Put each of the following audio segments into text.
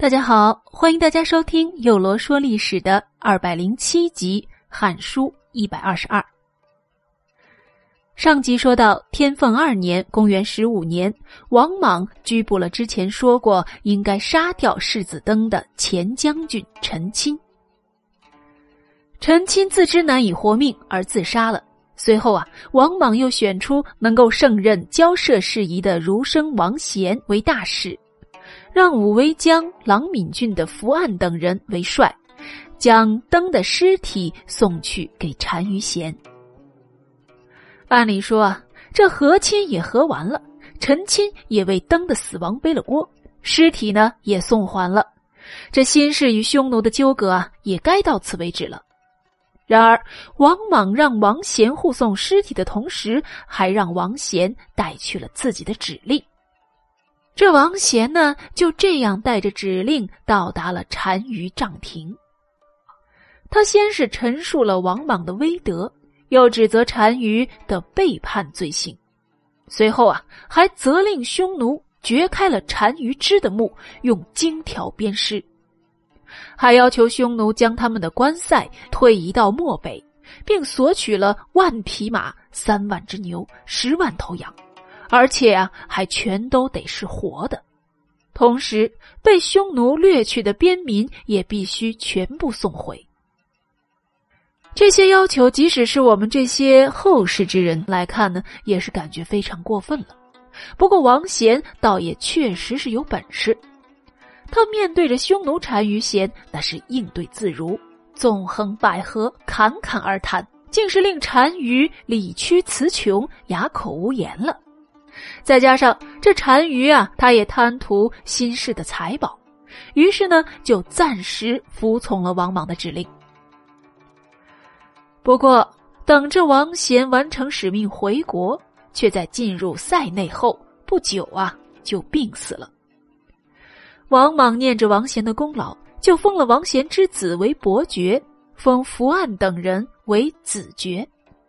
大家好，欢迎大家收听幼罗说历史的207集《汉书》122。上集说到天凤2年公元15年，王莽拘捕了之前说过应该杀掉世子登的前将军陈钦。陈钦自知难以活命而自杀了。随后王莽又选出能够胜任交涉事宜的儒生王贤为大使，让武威江郎敏郡的福岸等人为帅，将登的尸体送去给单于贤。按理说这和亲也和完了，陈钦也为登的死亡背了锅，尸体呢也送还了，这新氏与匈奴的纠葛也该到此为止了。然而王莽让王贤护送尸体的同时，还让王贤带去了自己的指令。这王贤呢，就这样带着指令到达了单于帐庭。他先是陈述了王莽的威德，又指责单于的背叛罪行，随后还责令匈奴掘开了单于支的墓，用荆条鞭尸，还要求匈奴将他们的关塞退移到漠北，并索取了10000匹马、3万只牛、10万头羊，而且还全都得是活的。同时被匈奴掠去的边民也必须全部送回。这些要求即使是我们这些后世之人来看呢，也是感觉非常过分了。不过王贤倒也确实是有本事，他面对着匈奴单于贤那是应对自如，纵横捭阖，侃侃而谈，竟是令单于理屈词穷，哑口无言了。再加上这单于他也贪图新氏的财宝，于是呢就暂时服从了王莽的指令。不过等着王贤完成使命回国，却在进入塞内后不久就病死了。王莽念着王贤的功劳，就封了王贤之子为伯爵，封福岸等人为子爵。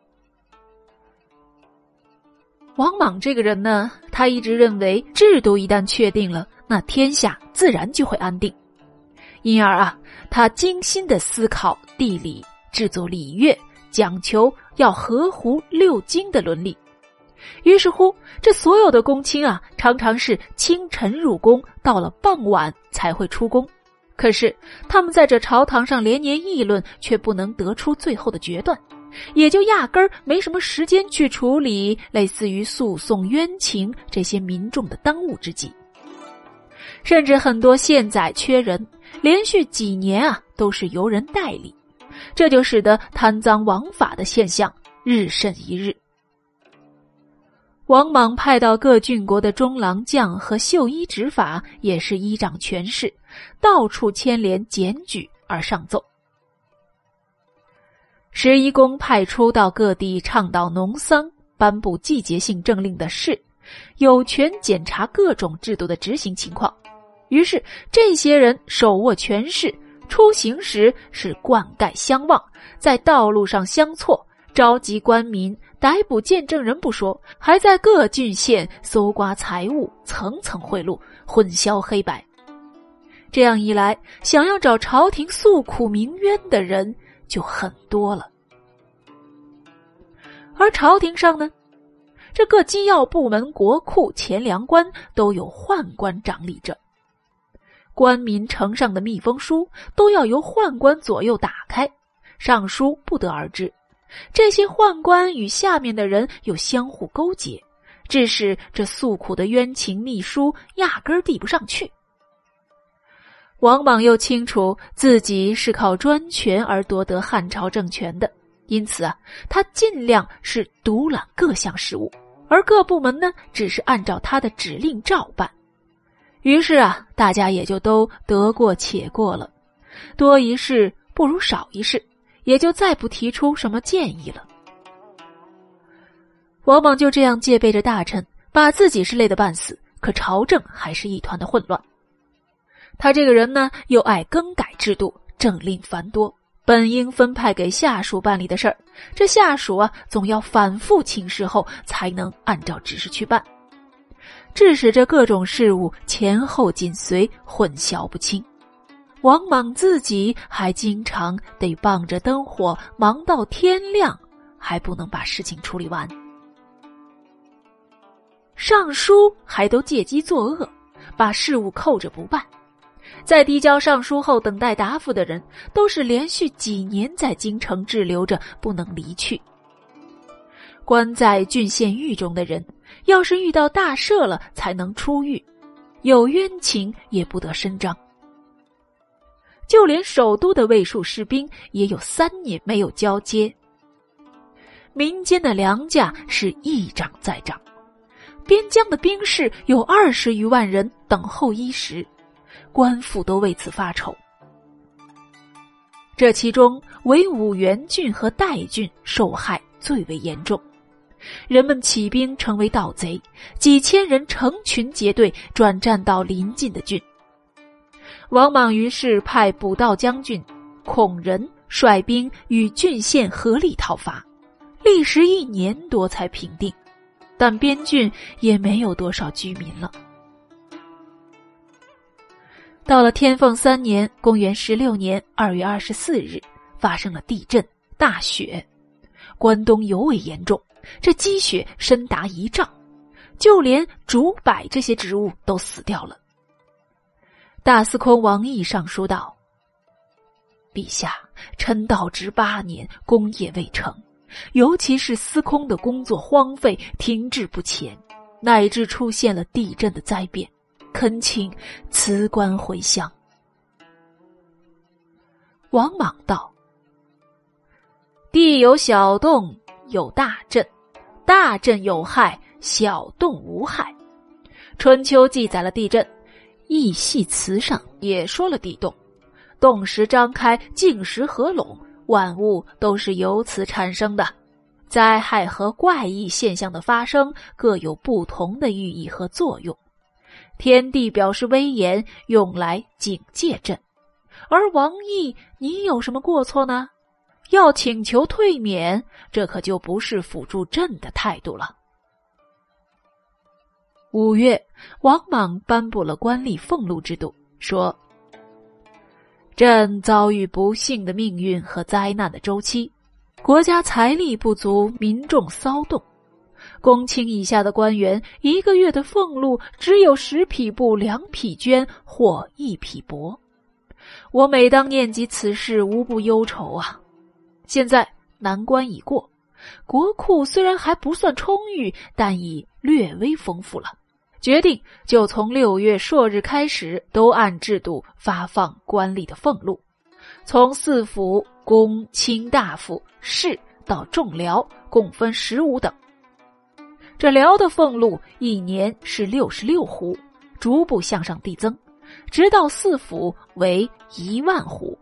王莽这个人呢，他一直认为制度一旦确定了，那天下自然就会安定。因而他精心地思考地理，制作礼乐，讲求要合乎6经的伦理。于是乎这所有的公卿常常是清晨入宫，到了傍晚才会出宫。可是他们在这朝堂上连年议论，却不能得出最后的决断，也就压根儿没什么时间去处理类似于诉讼冤情这些民众的当务之急。甚至很多县宰缺人，连续几年都是由人代理，这就使得贪赃枉法的现象日甚一日。王莽派到各郡国的中郎将和绣衣执法也是依仗权势，到处牵连检举而上奏。11公派出到各地倡导农桑、颁布季节性政令的士，有权检查各种制度的执行情况。于是这些人手握权势，出行时是灌溉相望，在道路上相错，召集官民，逮捕见证人不说，还在各郡县搜刮财物，层层贿赂，混淆黑白。这样一来，想要找朝廷诉苦鸣冤的人就很多了。而朝廷上呢，这各机要部门、国库、钱粮官都有宦官掌理着，官民呈上的密封书都要由宦官左右打开，上书不得而知。这些宦官与下面的人又相互勾结，致使这诉苦的冤情密书压根儿递不上去。王莽又清楚自己是靠专权而夺得汉朝政权的，因此他尽量是独揽各项事务，而各部门呢只是按照他的指令照办。于是大家也就都得过且过了，多一事不如少一事，也就再不提出什么建议了。王莽就这样戒备着大臣，把自己是累得半死，可朝政还是一团的混乱。他这个人呢，又爱更改制度，政令繁多，本应分派给下属办理的事儿，这下属总要反复请示后才能按照指示去办。 致使这各种事务前后紧随，混淆不清。王莽自己还经常得傍着灯火忙到天亮，还不能把事情处理完。尚书还都借机作恶，把事务扣着不办。在递交上书后等待答复的人，都是连续几年在京城滞留着，不能离去。关在郡县狱中的人，要是遇到大赦了才能出狱，有冤情也不得声张。就连首都的卫戍士兵也有3年没有交接。民间的粮价是一涨再涨，边疆的兵士有20余万人等候衣食，官府都为此发愁。这其中唯五原郡和代郡受害最为严重，人们起兵成为盗贼，几千人成群结队转战到邻近的郡。王莽于是派捕盗将军孔仁率兵与郡县合力讨伐，历时1年多才平定，但边郡也没有多少居民了。到了天凤3年，公元16年2月24日，发生了地震、大雪，关东尤为严重，这积雪深达1丈，就连竹柏这些植物都死掉了。大司空王毅上书道：陛下，臣到职8年，功业未成，尤其是司空的工作荒废，停滞不前，乃至出现了地震的灾变，恳请辞官回乡。王莽道：地有小动，有大震，大震有害，小动无害。春秋记载了地震，易系辞上也说了地动，动时张开，静时合拢，万物都是由此产生的。灾害和怪异现象的发生各有不同的寓意和作用，天地表示威严，用来警戒朕。而王毅，你有什么过错呢？要请求退免，这可就不是辅助朕的态度了。5月，王莽颁布了官吏俸禄制度，说：朕遭遇不幸的命运和灾难的周期，国家财力不足，民众骚动，公卿以下的官员1个月的俸禄只有10匹布、2匹绢或1匹帛。我每当念及此事，无不忧愁啊。现在难关已过，国库虽然还不算充裕，但已略微丰富了。决定就从6月朔日开始，都按制度发放官吏的俸禄，从4府、公、卿大夫、士到众僚，共分15等。这僚的俸禄1年是66斛，逐步向上递增，直到4府为1万斛。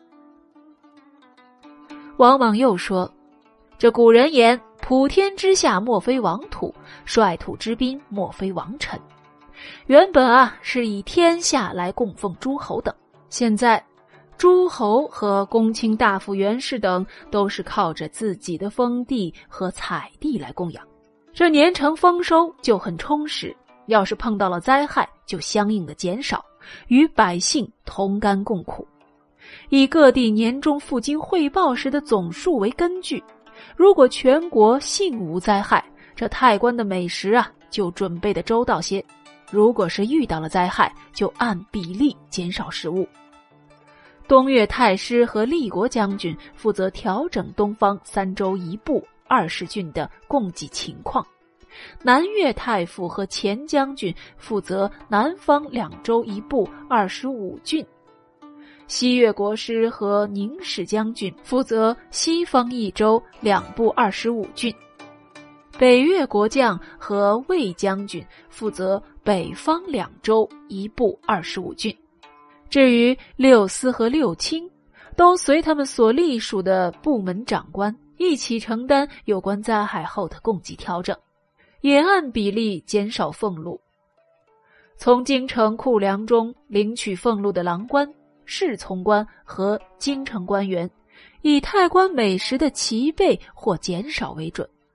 王莽又说：这古人言，普天之下莫非王土，率土之滨莫非王臣。原本是以天下来供奉诸侯等，现在诸侯和公卿大夫元士等都是靠着自己的封地和采地来供养，这年成丰收就很充实，要是碰到了灾害就相应的减少，与百姓同甘共苦。以各地年终赴京汇报时的总数为根据，如果全国幸无灾害，这太官的美食就准备的周到些，如果是遇到了灾害，就按比例减少食物。东岳太师和立国将军负责调整东方3州1部20郡的供给情况，南岳太傅和前将军负责南方2州1部25郡，西岳国师和宁史将军负责西方1州2部25郡，北岳国将和魏将军负责北方2州1部25郡。至于6司和6卿，都随他们所隶属的部门长官一起承担有关灾害后的供给调整，也按比例减少俸禄。从京城库粮中领取俸禄的郎官、侍从官和京城官员，以太官美食的齐备或减少为准。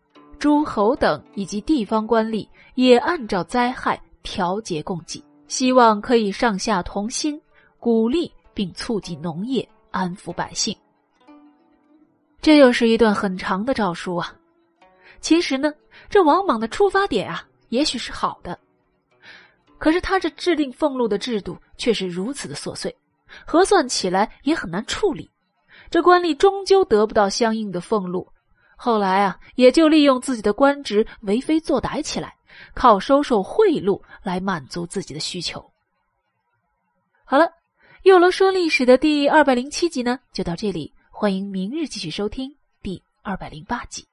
诸侯等以及地方官吏也按照灾害调节供给，希望可以上下同心，鼓励并促进农业，安抚百姓。这又是一段很长的诏书啊。其实呢，这王莽的出发点啊，也许是好的，可是他这制定俸禄的制度却是如此的琐碎，核算起来也很难处理，这官吏终究得不到相应的俸禄，后来啊，也就利用自己的官职为非作歹起来，靠收受贿赂来满足自己的需求。好了，幼罗说历史的第207集呢，就到这里，欢迎明日继续收听第208集。